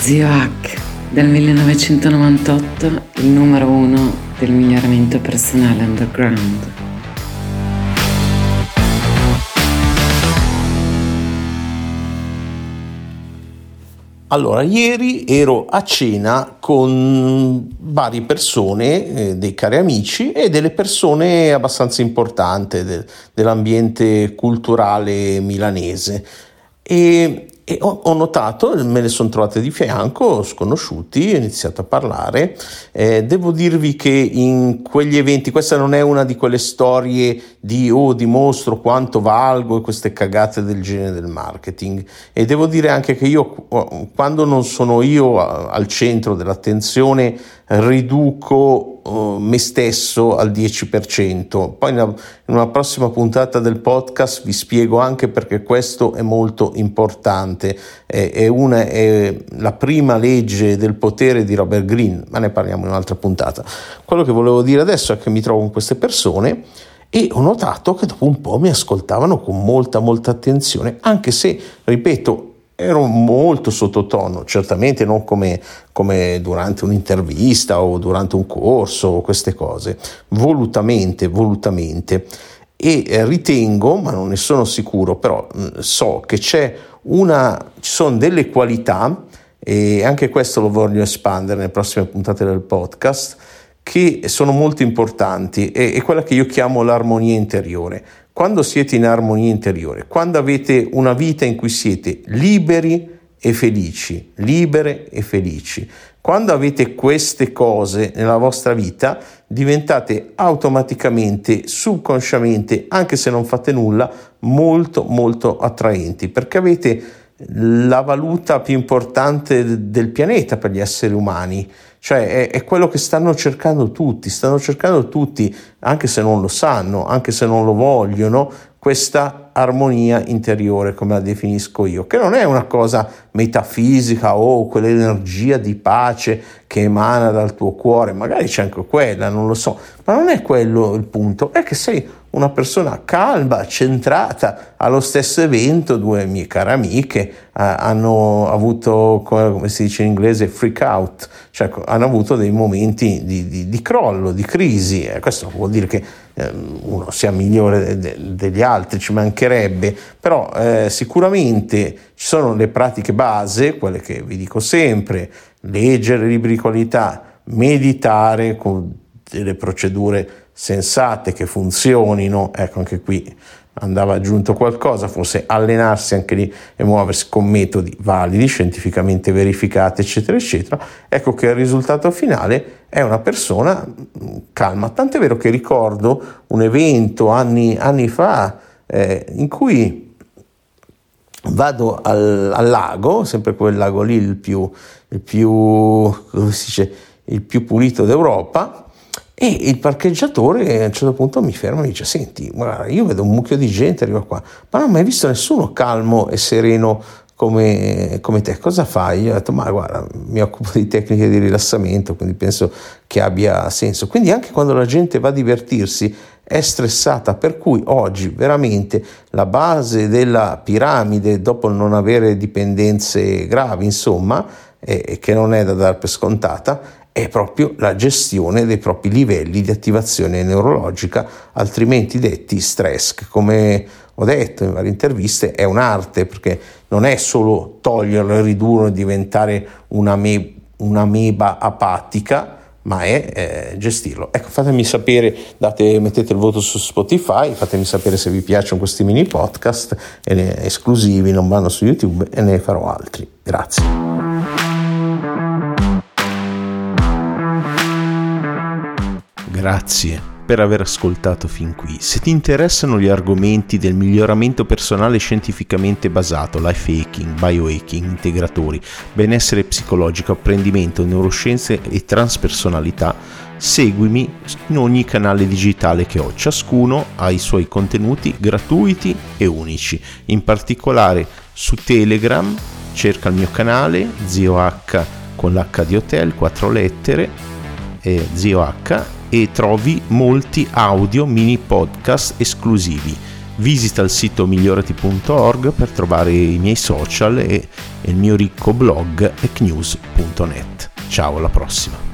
Zio Hack, del 1998, il numero 1 del miglioramento personale underground. Allora, ieri ero a cena con varie persone, dei cari amici e delle persone abbastanza importanti dell'ambiente culturale milanese e ho notato, me ne sono trovate di fianco, sconosciuti, ho iniziato a parlare. Devo dirvi che in quegli eventi, questa non è una di quelle storie di dimostro quanto valgo e queste cagate del genere del marketing, e devo dire anche che io, quando non sono io al centro dell'attenzione, riduco me stesso al 10%. Poi in una prossima puntata del podcast vi spiego anche perché questo è molto importante. È la prima legge del potere di Robert Greene, ma ne parliamo in un'altra puntata. Quello che volevo dire adesso è che mi trovo con queste persone e ho notato che dopo un po' mi ascoltavano con molta attenzione, anche se, ripeto, ero molto sottotono, certamente non come durante un'intervista o durante un corso o queste cose, volutamente, e ritengo, ma non ne sono sicuro, però so che ci sono delle qualità, e anche questo lo voglio espandere nelle prossime puntate del podcast, che sono molto importanti, e quella che io chiamo l'armonia interiore. Quando siete in armonia interiore, quando avete una vita in cui siete libere e felici, quando avete queste cose nella vostra vita, diventate automaticamente, subconsciamente, anche se non fate nulla, molto attraenti, perché avete la valuta più importante del pianeta per gli esseri umani. Cioè è quello che stanno cercando tutti, anche se non lo sanno, anche se non lo vogliono, questa armonia interiore, come la definisco io, che non è una cosa metafisica o quell'energia di pace che emana dal tuo cuore, magari c'è anche quella, non lo so, ma non è quello il punto, è che sei una persona calma, centrata. Allo stesso evento due mie care amiche hanno avuto, come si dice in inglese, freak out, cioè hanno avuto dei momenti di crollo, di crisi. Questo vuol dire che uno sia migliore degli altri, ci mancherebbe, però sicuramente ci sono le pratiche base, quelle che vi dico sempre: leggere libri di qualità, meditare con delle procedure sensate che funzionino. Ecco, anche qui andava aggiunto qualcosa, forse allenarsi anche lì e muoversi con metodi validi, scientificamente verificati, eccetera. Ecco che il risultato finale è una persona calma, tant'è vero che ricordo un evento anni fa in cui vado al lago, sempre quel lago lì, il più come si dice, il più pulito d'Europa, e il parcheggiatore a un certo punto mi ferma e mi dice: senti, guarda, io vedo un mucchio di gente arriva qua, ma non ho mai visto nessuno calmo e sereno come te, cosa fai? Io ho detto: ma guarda, mi occupo di tecniche di rilassamento, quindi penso che abbia senso. Quindi anche quando la gente va a divertirsi è stressata, per cui oggi veramente la base della piramide, dopo il non avere dipendenze gravi, insomma, che non è da dar per scontata, è proprio la gestione dei propri livelli di attivazione neurologica, altrimenti detti stress, che, come ho detto in varie interviste, è un'arte, perché non è solo toglierlo e ridurlo e diventare un'ameba apatica, ma è gestirlo. Ecco, fatemi sapere, mettete il voto su Spotify, fatemi sapere se vi piacciono questi mini podcast esclusivi, non vanno su YouTube, e ne farò altri. Grazie. Grazie per aver ascoltato fin qui. Se ti interessano gli argomenti del miglioramento personale scientificamente basato, life hacking, biohacking, integratori, benessere psicologico, apprendimento, neuroscienze e transpersonalità, seguimi in ogni canale digitale che ho. Ciascuno ha i suoi contenuti gratuiti e unici. In particolare su Telegram cerca il mio canale Zio H con l'H di hotel, 4 lettere, Zio H, e trovi molti audio mini podcast esclusivi. Visita il sito migliorati.org per trovare i miei social e il mio ricco blog ecnews.net. Ciao, alla prossima.